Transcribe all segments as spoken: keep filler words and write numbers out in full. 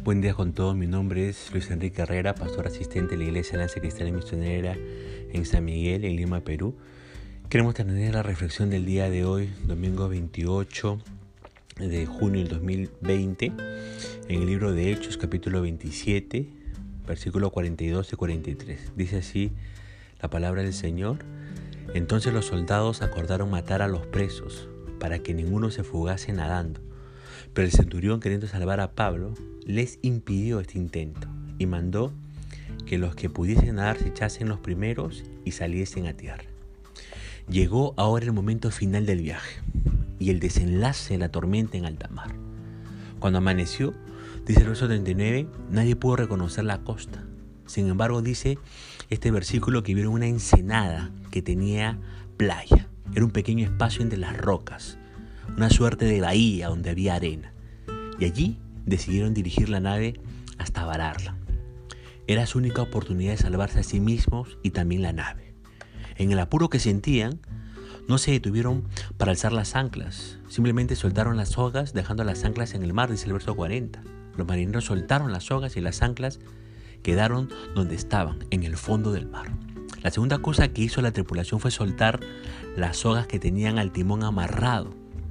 Buen día con todos, mi nombre es Luis Enrique Herrera, pastor asistente de la Iglesia Alianza Cristiana Misionera en San Miguel, en Lima, Perú. Queremos tener la reflexión del día de hoy, domingo veintiocho de junio del dos mil veinte, en el libro de Hechos, capítulo veintisiete, versículos cuarenta y dos y cuarenta y tres. Dice así la palabra del Señor: Entonces los soldados acordaron matar a los presos, para que ninguno se fugase nadando. Pero el centurión, queriendo salvar a Pablo, les impidió este intento y mandó que los que pudiesen nadar se echasen los primeros y saliesen a tierra. Llegó ahora el momento final del viaje y el desenlace de la tormenta en alta mar. Cuando amaneció, dice el verso treinta y nueve, nadie pudo reconocer la costa. Sin embargo, dice este versículo que vieron una ensenada que tenía playa. Era un pequeño espacio entre las rocas, una suerte de bahía donde había arena. Y allí decidieron dirigir la nave hasta vararla. Era su única oportunidad de salvarse a sí mismos y también la nave. En el apuro que sentían, no se detuvieron para alzar las anclas. Simplemente soltaron las sogas, dejando las anclas en el mar, dice el verso cuarenta. Los marineros soltaron las sogas y las anclas quedaron donde estaban, en el fondo del mar. La segunda cosa que hizo la tripulación fue soltar las sogas que tenían al timón amarrado.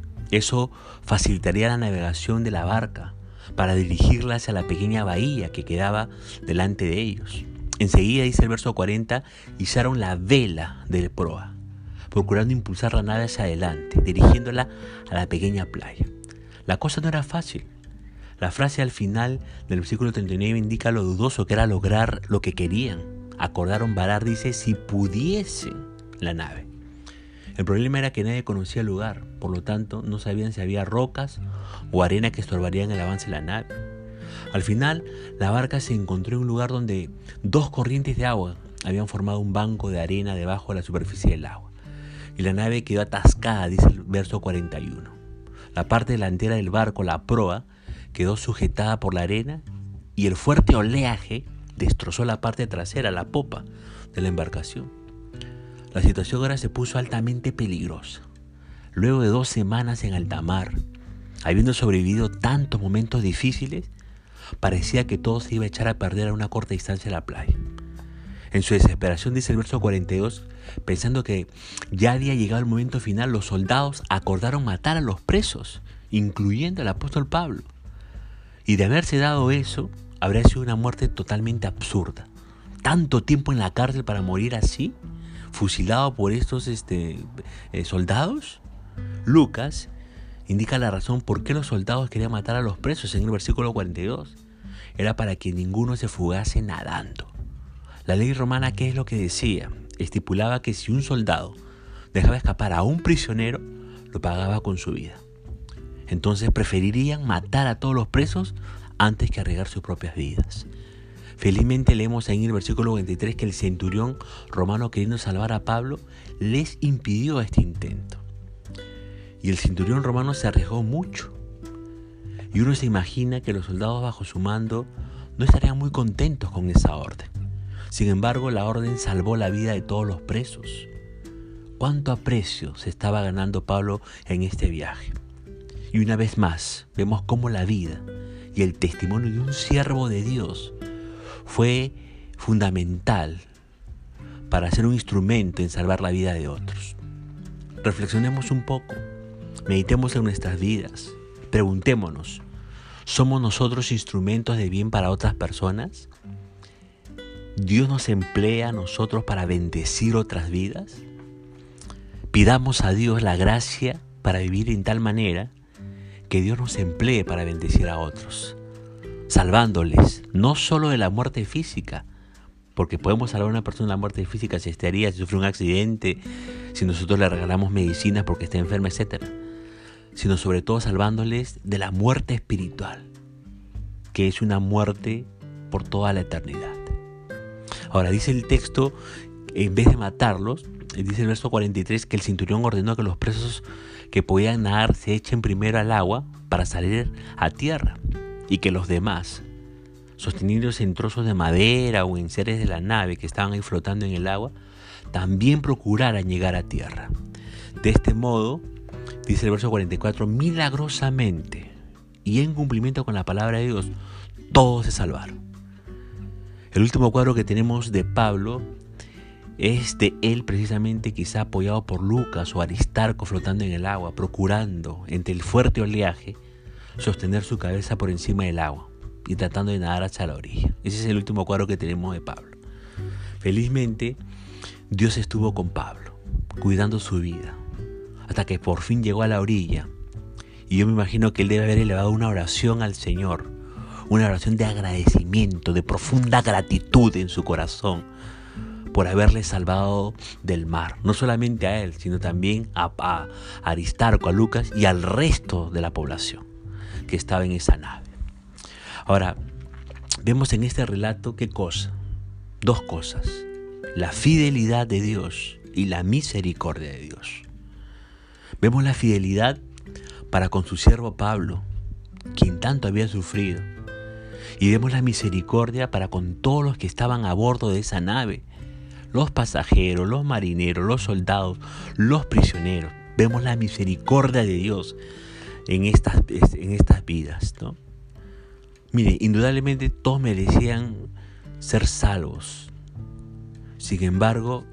Eso facilitaría la navegación de la barca para dirigirla hacia la pequeña bahía que quedaba delante de ellos. Enseguida, dice el verso cuarenta, izaron la vela del proa, procurando impulsar la nave hacia adelante, dirigiéndola a la pequeña playa. La cosa no era fácil. La frase al final del versículo treinta y nueve indica lo dudoso que era lograr lo que querían. Acordaron varar, dice, si pudiesen la nave. El problema era que nadie conocía el lugar, por lo tanto no sabían si había rocas o arena que estorbarían el avance de la nave. Al final, la barca se encontró en un lugar donde dos corrientes de agua habían formado un banco de arena debajo de la superficie del agua, y la nave quedó atascada, dice el verso cuarenta y uno. La parte delantera del barco, la proa, quedó sujetada por la arena y el fuerte oleaje destrozó la parte trasera, la popa de la embarcación. La situación ahora se puso altamente peligrosa. Luego de dos semanas en alta mar, habiendo sobrevivido tantos momentos difíciles, parecía que todo se iba a echar a perder a una corta distancia de la playa. En su desesperación, dice el verso cuarenta y dos, pensando que ya había llegado el momento final, los soldados acordaron matar a los presos, incluyendo al apóstol Pablo. Y de haberse dado eso, habría sido una muerte totalmente absurda. ¿Tanto tiempo en la cárcel para morir así? ¿Fusilado por estos este, eh, soldados? Lucas indica la razón por qué los soldados querían matar a los presos en el versículo cuarenta y dos. Era para que ninguno se fugase nadando. La ley romana, ¿qué es lo que decía? Estipulaba que si un soldado dejaba escapar a un prisionero, lo pagaba con su vida. Entonces preferirían matar a todos los presos antes que arriesgar sus propias vidas. Felizmente leemos ahí en el versículo veintitrés que el centurión romano, queriendo salvar a Pablo, les impidió este intento. Y el centurión romano se arriesgó mucho. Y uno se imagina que los soldados bajo su mando no estarían muy contentos con esa orden. Sin embargo, la orden salvó la vida de todos los presos. ¿Cuánto aprecio se estaba ganando Pablo en este viaje? Y una vez más, vemos cómo la vida y el testimonio de un siervo de Dios fue fundamental para ser un instrumento en salvar la vida de otros. Reflexionemos un poco, meditemos en nuestras vidas, preguntémonos, ¿somos nosotros instrumentos de bien para otras personas? ¿Dios nos emplea a nosotros para bendecir otras vidas? Pidamos a Dios la gracia para vivir en tal manera que Dios nos emplee para bendecir a otros, salvándoles no solo de la muerte física, porque podemos salvar a una persona de la muerte física si estaría, si sufre un accidente, si nosotros le regalamos medicinas porque está enferma, etcétera, sino sobre todo salvándoles de la muerte espiritual, que es una muerte por toda la eternidad. Ahora dice el texto, en vez de matarlos, dice el verso cuarenta y tres, que el centurión ordenó que los presos que podían nadar se echen primero al agua para salir a tierra, y que los demás, sostenidos en trozos de madera o en seres de la nave que estaban ahí flotando en el agua, también procuraran llegar a tierra. De este modo, dice el verso cuarenta y cuatro, milagrosamente y en cumplimiento con la palabra de Dios, todos se salvaron. El último cuadro que tenemos de Pablo es de él precisamente, quizá apoyado por Lucas o Aristarco, flotando en el agua, procurando entre el fuerte oleaje sostener su cabeza por encima del agua y tratando de nadar hacia la orilla. Ese es el último cuadro que tenemos de Pablo. Felizmente, Dios estuvo con Pablo, cuidando su vida, hasta que por fin llegó a la orilla. Y yo me imagino que él debe haber elevado una oración al Señor, una oración de agradecimiento, de profunda gratitud en su corazón, por haberle salvado del mar. No solamente a él, sino también a, a Aristarco, a Lucas y al resto de la población que estaba en esa nave. Ahora, vemos en este relato qué cosa, dos cosas: la fidelidad de Dios y la misericordia de Dios. Vemos la fidelidad para con su siervo Pablo, quien tanto había sufrido, y vemos la misericordia para con todos los que estaban a bordo de esa nave, los pasajeros, los marineros, los soldados, los prisioneros. Vemos la misericordia de Dios en estas, en estas vidas, ¿no? Mire, indudablemente todos merecían ser salvos. Sin embargo,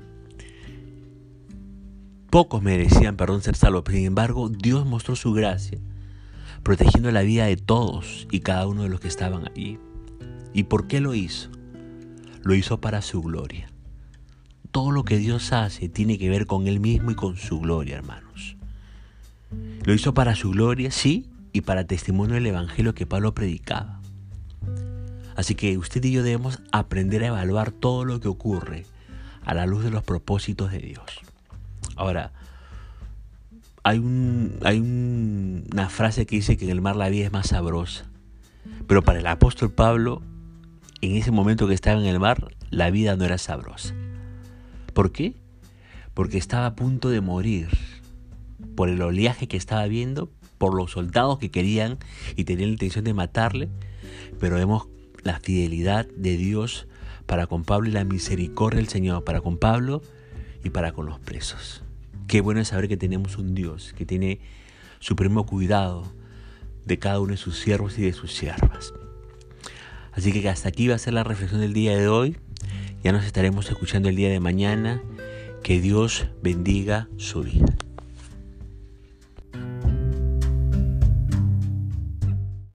pocos merecían, perdón, ser salvos. Sin embargo, Dios mostró su gracia, protegiendo la vida de todos y cada uno de los que estaban allí. ¿Y por qué lo hizo? Lo hizo para su gloria. Todo lo que Dios hace tiene que ver con Él mismo y con su gloria, hermanos. Lo hizo para su gloria, sí, y para testimonio del evangelio que Pablo predicaba. Así que usted y yo debemos aprender a evaluar todo lo que ocurre a la luz de los propósitos de Dios. Ahora, hay, un, hay un, una frase que dice que en el mar la vida es más sabrosa. Pero para el apóstol Pablo, en ese momento que estaba en el mar, la vida no era sabrosa. ¿Por qué? Porque estaba a punto de morir por el oleaje que estaba viendo, por los soldados que querían y tenían la intención de matarle. Pero vemos la fidelidad de Dios para con Pablo y la misericordia del Señor para con Pablo y para con los presos. Qué bueno es saber que tenemos un Dios que tiene supremo cuidado de cada uno de sus siervos y de sus siervas. Así que hasta aquí va a ser la reflexión del día de hoy. Ya nos estaremos escuchando el día de mañana. Que Dios bendiga su vida.